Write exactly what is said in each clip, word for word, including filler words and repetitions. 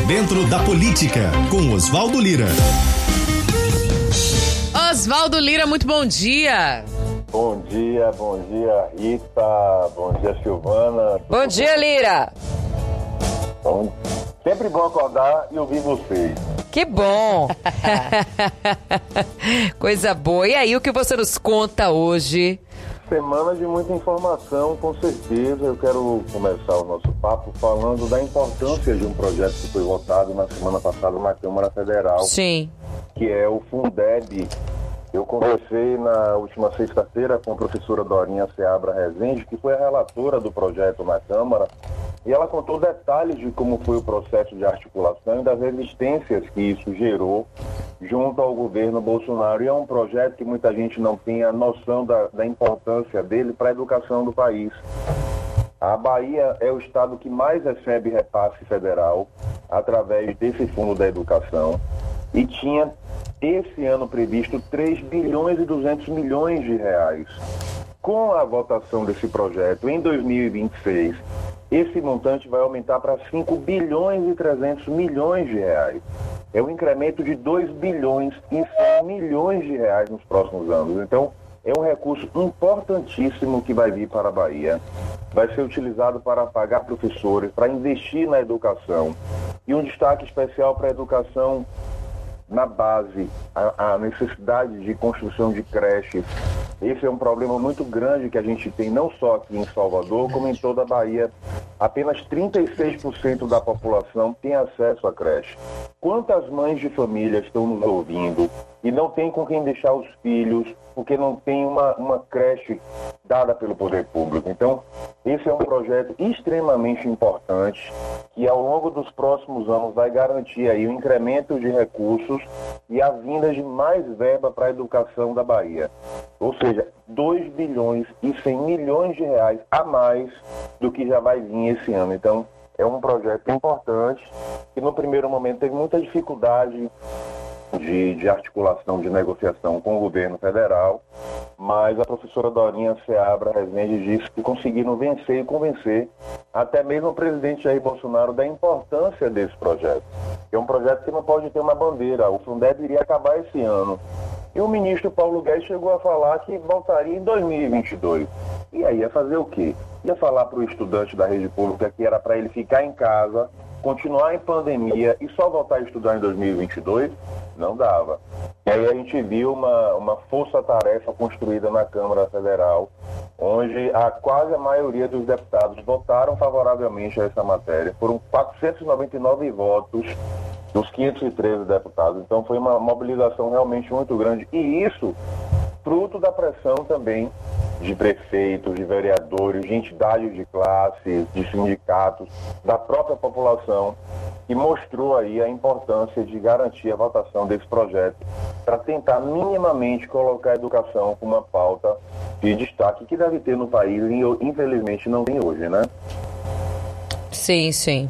dentro da política, com Oswaldo Lira. Oswaldo Lira, muito bom dia. Bom dia, bom dia, Rita. Bom dia, Silvana. Bom dia, Lira. Bom, sempre bom acordar e ouvir vocês. Que bom. Coisa boa. E aí, o que você nos conta hoje? Semana de muita informação, com certeza. Eu quero começar o nosso papo falando da importância de um projeto que foi votado na semana passada na Câmara Federal. Sim. Que é o Fundeb. Eu conversei na última sexta-feira com a professora Dorinha Seabra Rezende, que foi a relatora do projeto na Câmara, e ela contou detalhes de como foi o processo de articulação e das resistências que isso gerou junto ao governo Bolsonaro. E é um projeto que muita gente não tem a noção da, da importância dele para a educação do país. A Bahia é o estado que mais recebe repasse federal através desse Fundo da Educação e tinha esse ano previsto três bilhões e duzentos milhões de reais. Com a votação desse projeto em dois mil e vinte e seis, esse montante vai aumentar para cinco bilhões e trezentos milhões de reais. É um incremento de dois bilhões e cem milhões de reais nos próximos anos. Então, é um recurso importantíssimo que vai vir para a Bahia. Vai ser utilizado para pagar professores, para investir na educação. E um destaque especial para a educação na base, a, a necessidade de construção de creches. Esse é um problema muito grande que a gente tem não só aqui em Salvador, como em toda a Bahia. Apenas trinta e seis por cento da população tem acesso à creche. Quantas mães de família estão nos ouvindo e não tem com quem deixar os filhos, porque não tem uma, uma creche dada pelo poder público? Então, esse é um projeto extremamente importante que ao longo dos próximos anos vai garantir aí o incremento de recursos e a vinda de mais verba para a educação da Bahia. Ou seja, dois bilhões e cem milhões de reais a mais do que já vai vir esse ano. Então, é um projeto importante que no primeiro momento teve muita dificuldade De, de articulação, de negociação com o governo federal, mas a professora Dorinha Seabra Rezende disse que conseguiram vencer e convencer até mesmo o presidente Jair Bolsonaro da importância desse projeto. É um projeto que não pode ter uma bandeira. O Fundeb iria acabar esse ano. E o ministro Paulo Guedes chegou a falar que voltaria em dois mil e vinte e dois. E aí ia fazer o quê? Ia falar para o estudante da rede pública que era para ele ficar em casa, continuar em pandemia e só voltar a estudar em dois mil e vinte e dois? Não dava. E aí a gente viu uma, uma força-tarefa construída na Câmara Federal, onde a quase a maioria dos deputados votaram favoravelmente a essa matéria. Foram quatrocentos e noventa e nove votos dos quinhentos e treze deputados. Então foi uma mobilização realmente muito grande. E isso fruto da pressão também de prefeitos, de vereadores, de entidades de classe, de sindicatos, da própria população, que mostrou aí a importância de garantir a votação desse projeto para tentar minimamente colocar a educação como uma pauta de destaque que deve ter no país e infelizmente não tem hoje, né? Sim, sim.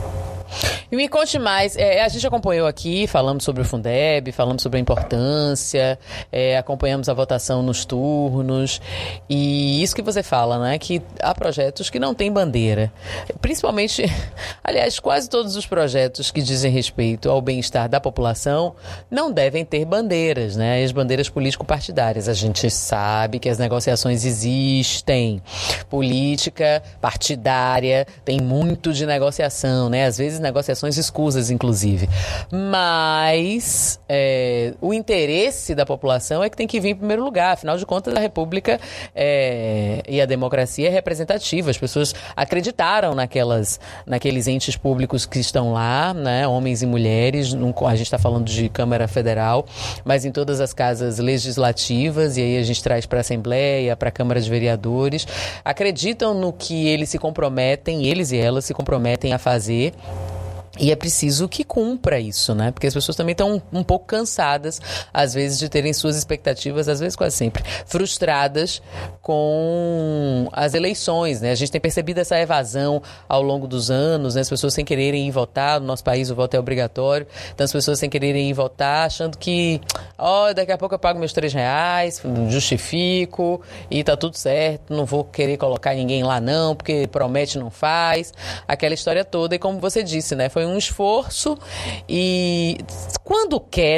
E me conte mais, é, a gente acompanhou aqui, falamos sobre o Fundeb, falamos sobre a importância, é, acompanhamos a votação nos turnos, e isso que você fala, né, que há projetos que não têm bandeira, principalmente, aliás, quase todos os projetos que dizem respeito ao bem-estar da população não devem ter bandeiras, né, as bandeiras político-partidárias. A gente sabe que as negociações existem, política partidária tem muito de negociação, né, às vezes negociações escusas, inclusive. Mas é, o interesse da população é que tem que vir em primeiro lugar. Afinal de contas, a República é, e a democracia é representativa. As pessoas acreditaram naquelas, naqueles entes públicos que estão lá, né, homens e mulheres. A gente está falando de Câmara Federal, mas em todas as casas legislativas, e aí a gente traz para a Assembleia, para a Câmara de Vereadores, acreditam no que eles se comprometem, eles e elas se comprometem a fazer. E é preciso que cumpra isso, né? Porque as pessoas também estão um, um pouco cansadas, às vezes, de terem suas expectativas, às vezes quase sempre, frustradas com as eleições, né? A gente tem percebido essa evasão ao longo dos anos, né? As pessoas sem quererem ir votar. No nosso país o voto é obrigatório. Então as pessoas sem quererem ir votar, achando que, ó, oh, daqui a pouco eu pago meus três reais, justifico e tá tudo certo, não vou querer colocar ninguém lá não, porque promete não faz. Aquela história toda. E como você disse, né? Foi foi um esforço e quando quer,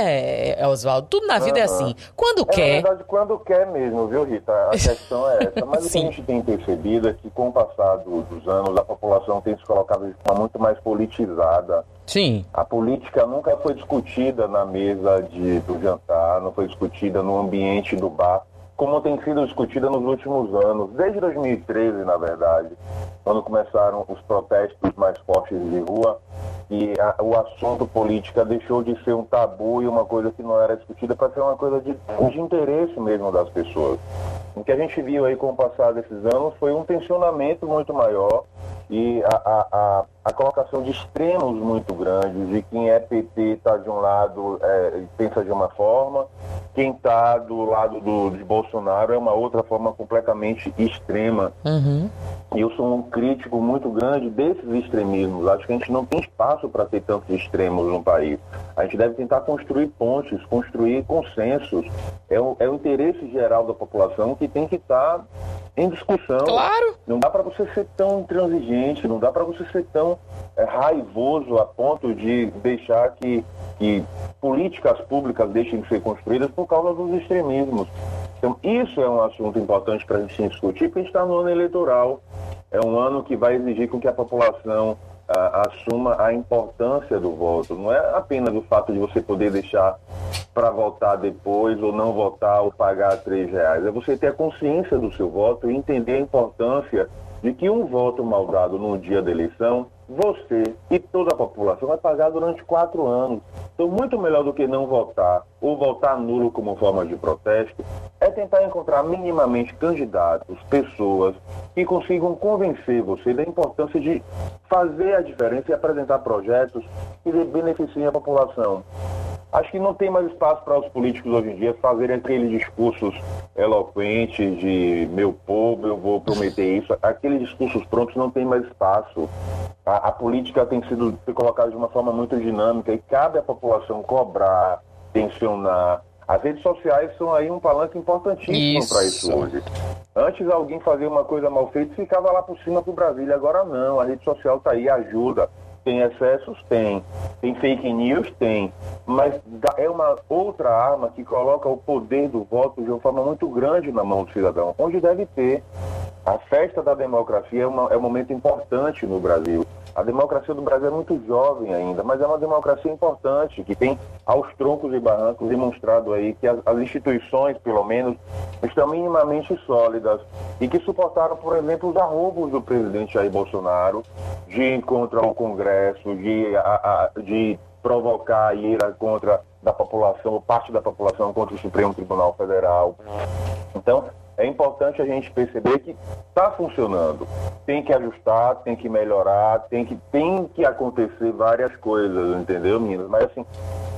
né, Oswaldo? Tudo na vida uhum. é assim. Quando é, quer... Na verdade, quando quer mesmo, viu, Rita? A questão é essa. Mas o que a gente tem percebido é que com o passar do, dos anos, a população tem se colocado de forma muito mais politizada. Sim. A política nunca foi discutida na mesa de, do jantar, não foi discutida no ambiente do bar, como tem sido discutida nos últimos anos, desde dois mil e treze, na verdade, quando começaram os protestos mais fortes de rua, e a, o assunto política deixou de ser um tabu e uma coisa que não era discutida para ser uma coisa de, de interesse mesmo das pessoas. O que a gente viu aí com o passar desses anos foi um tensionamento muito maior e a, a, a, a colocação de extremos muito grandes, de quem é P T está de um lado é, pensa de uma forma, quem está do lado do, de Bolsonaro é uma outra forma completamente extrema. Uhum. E eu sou um crítico muito grande desses extremismos. Acho que a gente não tem espaço para ter tantos extremos no país. A gente deve tentar construir pontes, construir consensos. É o, é o interesse geral da população que tem que estar em discussão. Claro! Não dá para você ser tão intransigente, não dá para você ser tão é, raivoso a ponto de deixar que, que políticas públicas deixem de ser construídas por causa dos extremismos. Então, isso é um assunto importante para a gente discutir, porque a gente está no ano eleitoral. É um ano que vai exigir com que a população ah, assuma a importância do voto. Não é apenas o fato de você poder deixar para votar depois ou não votar ou pagar três reais. É você ter a consciência do seu voto e entender a importância de que um voto mal dado no dia da eleição, você e toda a população vai pagar durante quatro anos. Então, muito melhor do que não votar ou votar nulo como forma de protesto, é tentar encontrar minimamente candidatos, pessoas que consigam convencer você da importância de fazer a diferença e apresentar projetos que beneficiem a população. Acho que não tem mais espaço para os políticos hoje em dia fazerem aqueles discursos eloquentes de meu povo, eu vou prometer isso. Aqueles discursos prontos não tem mais espaço. A, a política tem sido colocada de uma forma muito dinâmica e cabe à população cobrar, tensionar. As redes sociais são aí um palanque importantíssimo para isso hoje. Antes alguém fazia uma coisa mal feita e ficava lá por cima para o Brasília. Agora não, a rede social está aí, ajuda. Tem excessos? Tem. Tem fake news? Tem. Mas é uma outra arma que coloca o poder do voto de uma forma muito grande na mão do cidadão, onde deve ter. A festa da democracia é, uma, é um momento importante no Brasil. A democracia do Brasil é muito jovem ainda, mas é uma democracia importante, que tem aos troncos e barrancos demonstrado aí que as, as instituições, pelo menos, estão minimamente sólidas e que suportaram, por exemplo, os arroubos do presidente Jair Bolsonaro de ir contra o Congresso, de, a, a, de provocar a ira contra da população, ou parte da população contra o Supremo Tribunal Federal. Então, é importante a gente perceber que está funcionando. Tem que ajustar, tem que melhorar, tem que, tem que acontecer várias coisas, entendeu, meninas? Mas assim,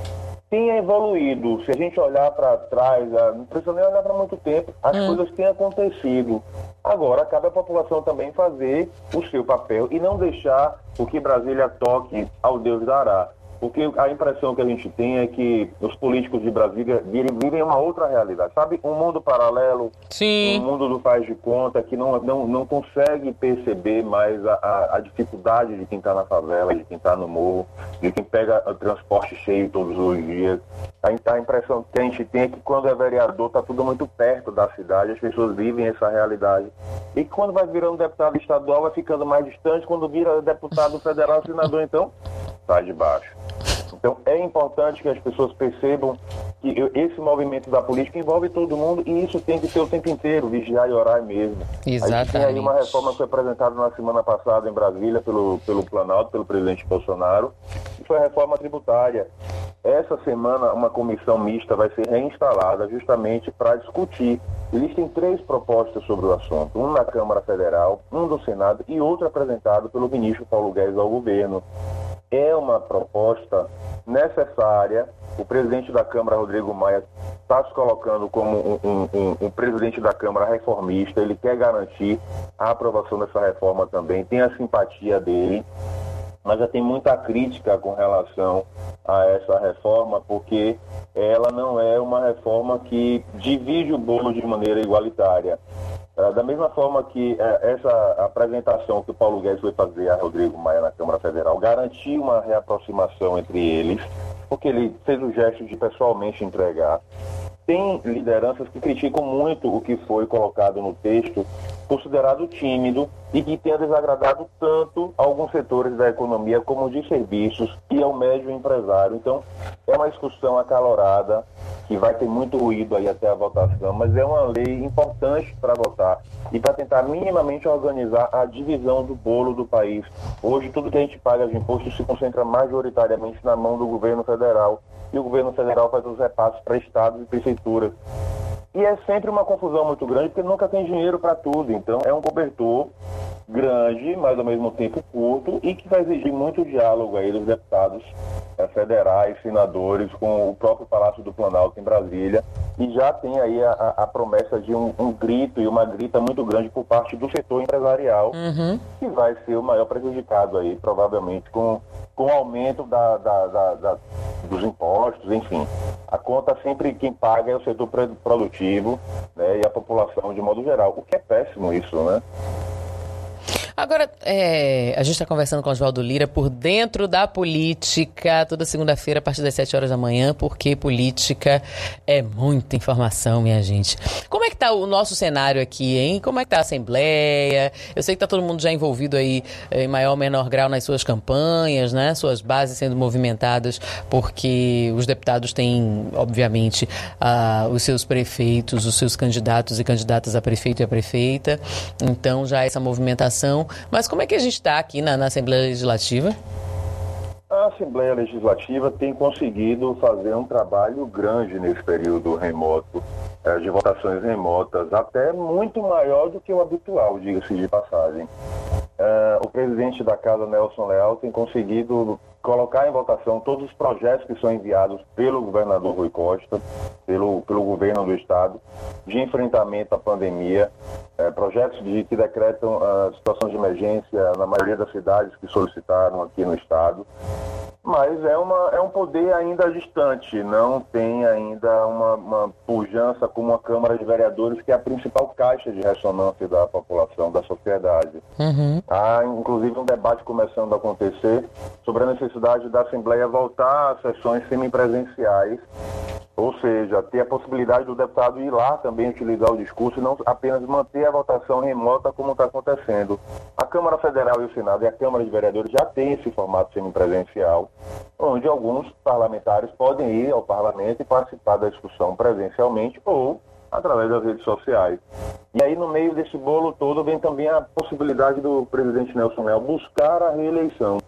tem evoluído. Se a gente olhar para trás, não precisa nem olhar para muito tempo, as hum. coisas têm acontecido. Agora, cabe à população também fazer o seu papel e não deixar o que Brasília toque ao Deus dará. Porque a impressão que a gente tem é que os políticos de Brasília vivem uma outra realidade, sabe? Um mundo paralelo, Sim. um mundo do faz de conta, que não, não, não consegue perceber mais a, a, a dificuldade de quem está na favela, de quem está no morro, de quem pega o transporte cheio todos os dias. A, a impressão que a gente tem é que quando é vereador está tudo muito perto da cidade, as pessoas vivem essa realidade. E que quando vai virando deputado estadual vai ficando mais distante, quando vira deputado federal, senador, então, sai de baixo. Então, é importante que as pessoas percebam que esse movimento da política envolve todo mundo e isso tem que ser o tempo inteiro, vigiar e orar mesmo. Exatamente. A gente tem aí uma reforma que foi apresentada na semana passada em Brasília pelo, pelo Planalto, pelo presidente Bolsonaro, que foi a reforma tributária. Essa semana, uma comissão mista vai ser reinstalada justamente para discutir. Existem três propostas sobre o assunto, um na Câmara Federal, um do Senado e outro apresentado pelo ministro Paulo Guedes ao governo. É uma proposta necessária. O presidente da Câmara, Rodrigo Maia, está se colocando como um, um, um, um presidente da Câmara reformista. Ele quer garantir a aprovação dessa reforma também, tem a simpatia dele, mas já tem muita crítica com relação a essa reforma, porque ela não é uma reforma que divide o bolo de maneira igualitária. Uh, da mesma forma que uh, essa apresentação que o Paulo Guedes foi fazer a Rodrigo Maia na Câmara Federal garantiu uma reaproximação entre eles, porque ele fez o gesto de pessoalmente entregar. Tem lideranças que criticam muito o que foi colocado no texto, considerado tímido e que tenha desagradado tanto alguns setores da economia como de serviços e ao médio empresário. Então, é uma discussão acalorada, que vai ter muito ruído aí até a votação, mas é uma lei importante para votar e para tentar minimamente organizar a divisão do bolo do país. Hoje, tudo que a gente paga de imposto se concentra majoritariamente na mão do governo federal, e o governo federal faz os repasses para estados e prefeituras. E é sempre uma confusão muito grande, porque nunca tem dinheiro para tudo. Então, é um cobertor grande, mas ao mesmo tempo curto, e que vai exigir muito diálogo aí dos deputados eh, federais, senadores, com o próprio Palácio do Planalto em Brasília. E já tem aí a, a promessa de um, um grito e uma grita muito grande por parte do setor empresarial, uhum. que vai ser o maior prejudicado aí, provavelmente, com, com o aumento da, da, da, da, dos impostos, enfim. A conta sempre quem paga é o setor produtivo, né, e a população de modo geral, o que é péssimo isso, né? Agora, é, a gente está conversando com o Oswaldo Lira por dentro da política, toda segunda-feira a partir das sete horas da manhã, porque política é muita informação, minha gente. Como é que está o nosso cenário aqui, hein? Como é que está a Assembleia? Eu sei que está todo mundo já envolvido aí, em maior ou menor grau, nas suas campanhas, né? Suas bases sendo movimentadas, porque os deputados têm, obviamente, uh, os seus prefeitos, os seus candidatos e candidatas a prefeito e a prefeita. Então, já essa movimentação. Mas como é que a gente está aqui na, na Assembleia Legislativa? A Assembleia Legislativa tem conseguido fazer um trabalho grande nesse período remoto, eh, de votações remotas, até muito maior do que o habitual, diga-se de passagem. Uh, o presidente da Casa, Nelson Leal, tem conseguido colocar em votação todos os projetos que são enviados pelo governador Rui Costa, pelo, pelo governo do estado, de enfrentamento à pandemia, uh, projetos de, que decretam a uh, situação de emergência na maioria das cidades que solicitaram aqui no estado. Mas é, uma, é um poder ainda distante, não tem ainda uma, uma pujança como a Câmara de Vereadores, que é a principal caixa de ressonância da população, da sociedade. Uhum. Há, inclusive, um debate começando a acontecer sobre a necessidade da Assembleia voltar às sessões semipresenciais, ou seja, ter a possibilidade do deputado ir lá também utilizar o discurso e não apenas manter a votação remota como está acontecendo. A Câmara Federal e o Senado e a Câmara de Vereadores já têm esse formato semipresencial, onde alguns parlamentares podem ir ao parlamento e participar da discussão presencialmente ou através das redes sociais. E aí, no meio desse bolo todo, vem também a possibilidade do presidente Nelson Leal buscar a reeleição.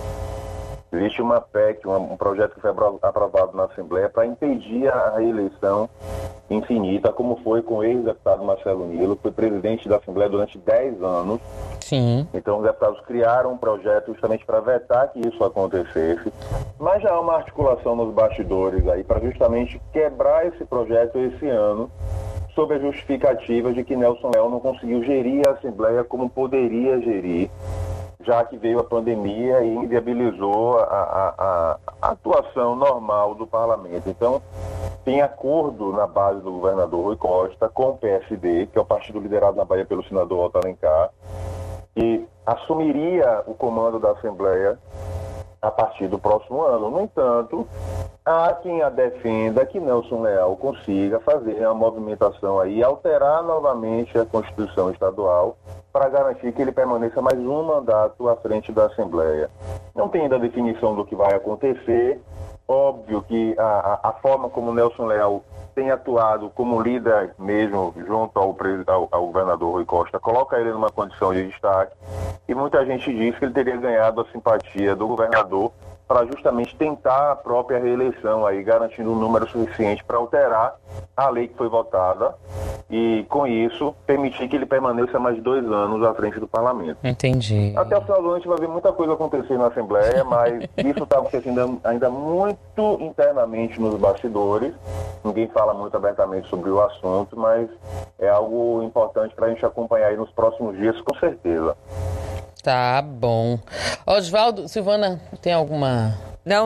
Existe uma P E C, um projeto que foi aprovado na Assembleia para impedir a reeleição infinita, como foi com o ex-deputado Marcelo Nilo, que foi presidente da Assembleia durante dez anos. Sim. Então, os deputados criaram um projeto justamente para vetar que isso acontecesse. Mas já há uma articulação nos bastidores aí para justamente quebrar esse projeto esse ano, sob a justificativa de que Nelson Leal não conseguiu gerir a Assembleia como poderia gerir, já que veio a pandemia e inviabilizou a, a, a, a atuação normal do parlamento. Então, tem acordo na base do governador Rui Costa com o P S D, que é o partido liderado na Bahia pelo senador Otto Alencar, que assumiria o comando da Assembleia a partir do próximo ano. No entanto, há quem a defenda que Nelson Leal consiga fazer uma movimentação aí, alterar novamente a Constituição Estadual para garantir que ele permaneça mais um mandato à frente da Assembleia. Não tem ainda definição do que vai acontecer. Óbvio que a, a, a forma como Nelson Leal tem atuado como líder mesmo junto ao, ao, ao governador Rui Costa coloca ele numa condição de destaque, e muita gente diz que ele teria ganhado a simpatia do governador para justamente tentar a própria reeleição, aí garantindo um número suficiente para alterar a lei que foi votada e, com isso, permitir que ele permaneça mais dois anos à frente do parlamento. Entendi. Até o final do ano a gente vai ver muita coisa acontecer na Assembleia, mas isso está acontecendo ainda muito internamente nos bastidores. Ninguém fala muito abertamente sobre o assunto, mas é algo importante para a gente acompanhar aí nos próximos dias, com certeza. Tá bom. Oswaldo, Silvana, tem alguma... Não, não.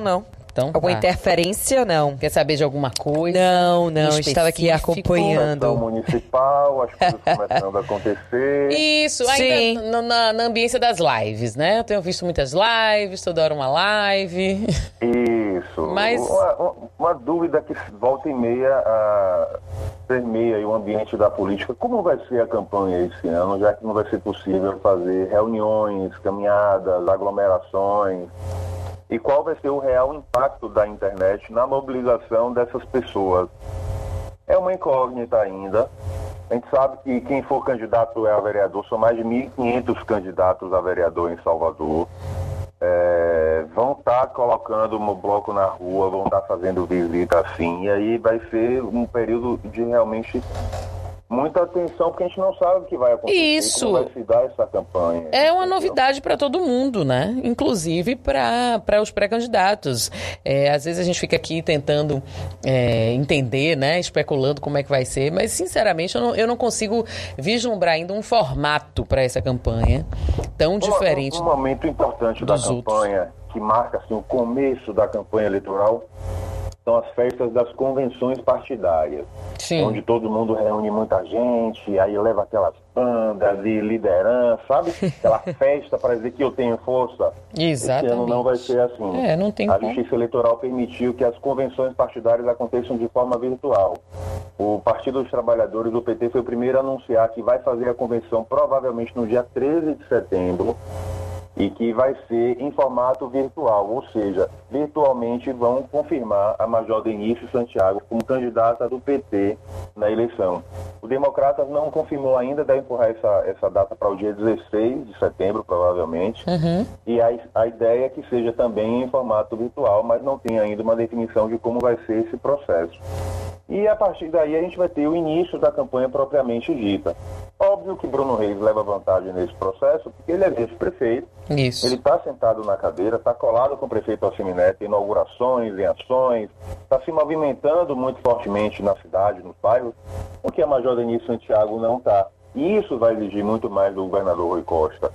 Então, Alguma tá. interferência, não? Quer saber de alguma coisa? Não, não, eu estava aqui específico? acompanhando. Questão municipal, as coisas começando a acontecer. Isso, Sim. ainda na, na, na ambiência das lives, né? Eu tenho visto muitas lives, toda hora uma live. Isso. Mas- Uma, uma- uma dúvida que volta e meia a permeia aí o ambiente da política. Como vai ser a campanha esse ano, já que não vai ser possível fazer reuniões, caminhadas, aglomerações? E qual vai ser o real impacto da internet na mobilização dessas pessoas? É uma incógnita ainda. A gente sabe que quem for candidato a vereador, são mais de mil e quinhentos candidatos a vereador em Salvador. É, vão estar colocando o bloco na rua, vão estar fazendo visita assim, e aí vai ser um período de realmente muita atenção, porque a gente não sabe o que vai acontecer, Isso. como vai se dar essa campanha. É uma entendeu? novidade para todo mundo, né? Inclusive para os pré-candidatos. É, às vezes a gente fica aqui tentando é, entender, né? Especulando como é que vai ser, mas sinceramente eu não, eu não consigo vislumbrar ainda um formato para essa campanha tão Um- diferente. Um, um momento importante da dos campanha, que marca assim, o começo da campanha eleitoral, são as festas das convenções partidárias. Sim. Onde todo mundo reúne muita gente, aí leva aquelas bandas de liderança, sabe? Aquela festa para dizer que eu tenho força. Exatamente. Esse ano não vai ser assim. É, não tem A como. Justiça Eleitoral permitiu que as convenções partidárias aconteçam de forma virtual. O Partido dos Trabalhadores, o P T, foi o primeiro a anunciar que vai fazer a convenção provavelmente no dia treze de setembro, e que vai ser em formato virtual, ou seja, virtualmente vão confirmar a Major Denise Santiago como candidata do P T na eleição. O Democratas não confirmou ainda, deve empurrar essa, essa data para o dia dezesseis de setembro, provavelmente, Uhum. e a, a ideia é que seja também em formato virtual, mas não tem ainda uma definição de como vai ser esse processo. E a partir daí a gente vai ter o início da campanha propriamente dita. Óbvio que Bruno Reis leva vantagem nesse processo, porque ele é vice-prefeito, Isso. ele está sentado na cadeira, está colado com o prefeito Alcemineto em inaugurações, em ações, está se movimentando muito fortemente na cidade, nos bairros, o que a Major Denise Santiago não está. E isso vai exigir muito mais do governador Rui Costa.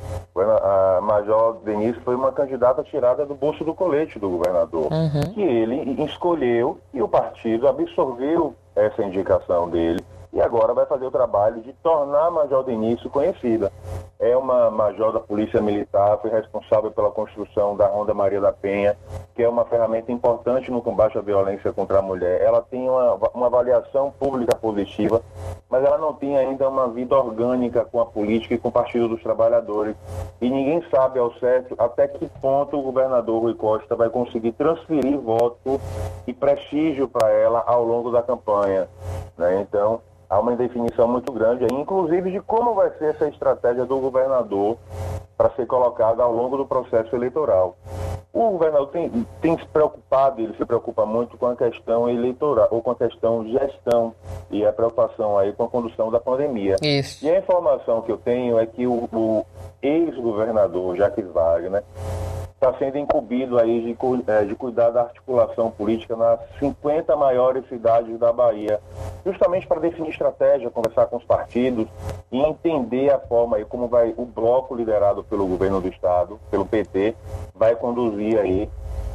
A Major Denise foi uma candidata tirada do bolso do colete do governador, Uhum. que ele escolheu e o partido absorveu essa indicação dele. E agora vai fazer o trabalho de tornar a Major Denise conhecida. É uma major da Polícia Militar, foi responsável pela construção da Ronda Maria da Penha, que é uma ferramenta importante no combate à violência contra a mulher. Ela tem uma, uma avaliação pública positiva, mas ela não tem ainda uma vida orgânica com a política e com o Partido dos Trabalhadores. E ninguém sabe ao certo até que ponto o governador Rui Costa vai conseguir transferir voto e prestígio para ela ao longo da campanha, né? Então, há uma indefinição muito grande, aí, inclusive de como vai ser essa estratégia do governador para ser colocada ao longo do processo eleitoral. O governador tem, tem se preocupado, ele se preocupa muito com a questão eleitoral, ou com a questão de gestão, e a preocupação aí com a condução da pandemia. Isso. E a informação que eu tenho é que o, o ex-governador Jacques Wagner está sendo incumbido aí de, cu- eh, de cuidar da articulação política nas cinquenta maiores cidades da Bahia, justamente para definir estratégia, conversar com os partidos e entender a forma aí como vai o bloco liderado pelo governo do estado, pelo P T, vai conduzir aí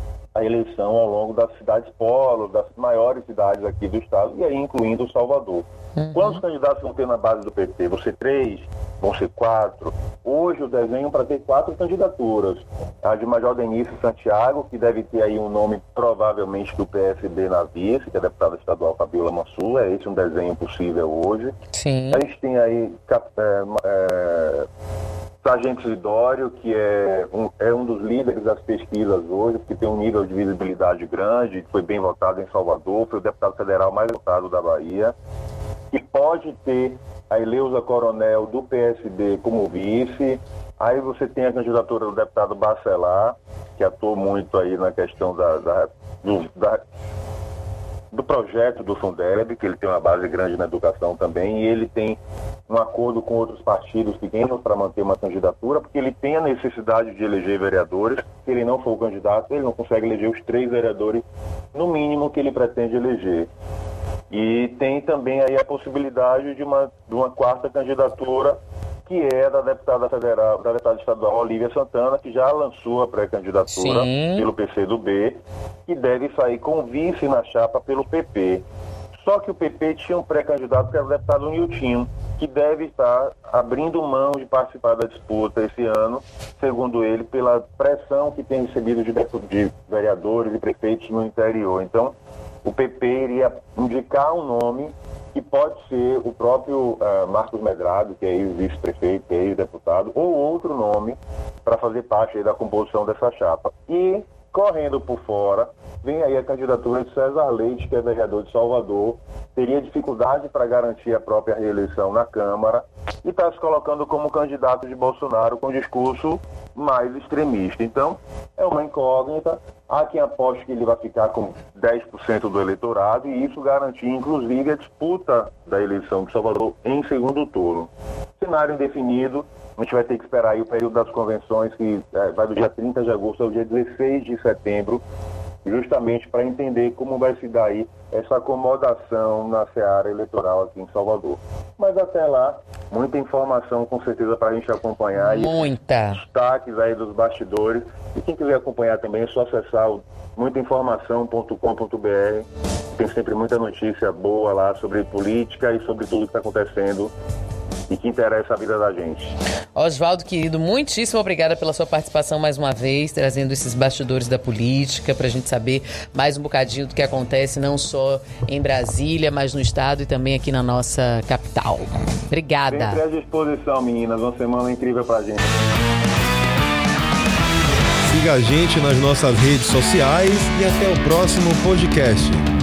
a eleição ao longo das cidades polos, das maiores cidades aqui do estado, e aí incluindo Salvador. Uhum. Quantos candidatos vão ter na base do P T? Vão ser três? Vão ser quatro? Hoje o desenho para ter quatro candidaturas. A de Major Denise Santiago, que deve ter aí um nome provavelmente do P S B na vice, que é a deputada estadual Fabiola Mansur. É esse um desenho possível hoje. Sim. A gente tem aí cap- é, é, Sargento Isidório, que é um, é um dos líderes das pesquisas hoje, porque tem um nível de visibilidade grande, foi bem votado em Salvador, foi o deputado federal mais votado da Bahia, e pode ter a Eleusa Coronel do P S B como vice. Aí você tem a candidatura do deputado Bacelar, que atuou muito aí na questão da, da, do, da, do projeto do Fundeb, que ele tem uma base grande na educação também, e ele tem um acordo com outros partidos pequenos para manter uma candidatura, porque ele tem a necessidade de eleger vereadores. Se ele não for o candidato, ele não consegue eleger os três vereadores, no mínimo, que ele pretende eleger. E tem também aí a possibilidade de uma, de uma quarta candidatura, que é da deputada federal, da deputada estadual Olívia Santana, que já lançou a pré-candidatura Sim. pelo P C do B, que deve sair com vice na chapa pelo P P. Só que o P P tinha um pré-candidato que era o deputado Niltinho, que deve estar abrindo mão de participar da disputa esse ano, segundo ele, pela pressão que tem recebido de, de vereadores e prefeitos no interior. Então, o P P iria indicar um nome que pode ser o próprio uh, Marcos Medrado, que é ex-vice-prefeito, que é ex-deputado, ou outro nome para fazer parte aí da composição dessa chapa. E, correndo por fora, vem aí a candidatura de César Leite, que é vereador de Salvador, teria dificuldade para garantir a própria reeleição na Câmara e está se colocando como candidato de Bolsonaro com discurso mais extremista. Então, é uma incógnita. Há quem aposte que ele vai ficar com dez por cento do eleitorado e isso garantir, inclusive, a disputa da eleição de Salvador em segundo turno. Cenário indefinido, a gente vai ter que esperar aí o período das convenções, que é, vai do dia trinta de agosto ao dia dezesseis de setembro, justamente para entender como vai se dar aí essa acomodação na seara eleitoral aqui em Salvador. Mas até lá, muita informação com certeza para a gente acompanhar. Muita. E destaques aí dos bastidores. E quem quiser acompanhar também é só acessar o muita informação ponto com ponto b r. Tem sempre muita notícia boa lá sobre política e sobre tudo que está acontecendo e que interessa a vida da gente. Oswaldo, querido, muitíssimo obrigada pela sua participação mais uma vez, trazendo esses bastidores da política, para a gente saber mais um bocadinho do que acontece, não só em Brasília, mas no estado e também aqui na nossa capital. Obrigada. Sempre à disposição, meninas. Uma semana incrível pra gente. Siga a gente nas nossas redes sociais e até o próximo podcast.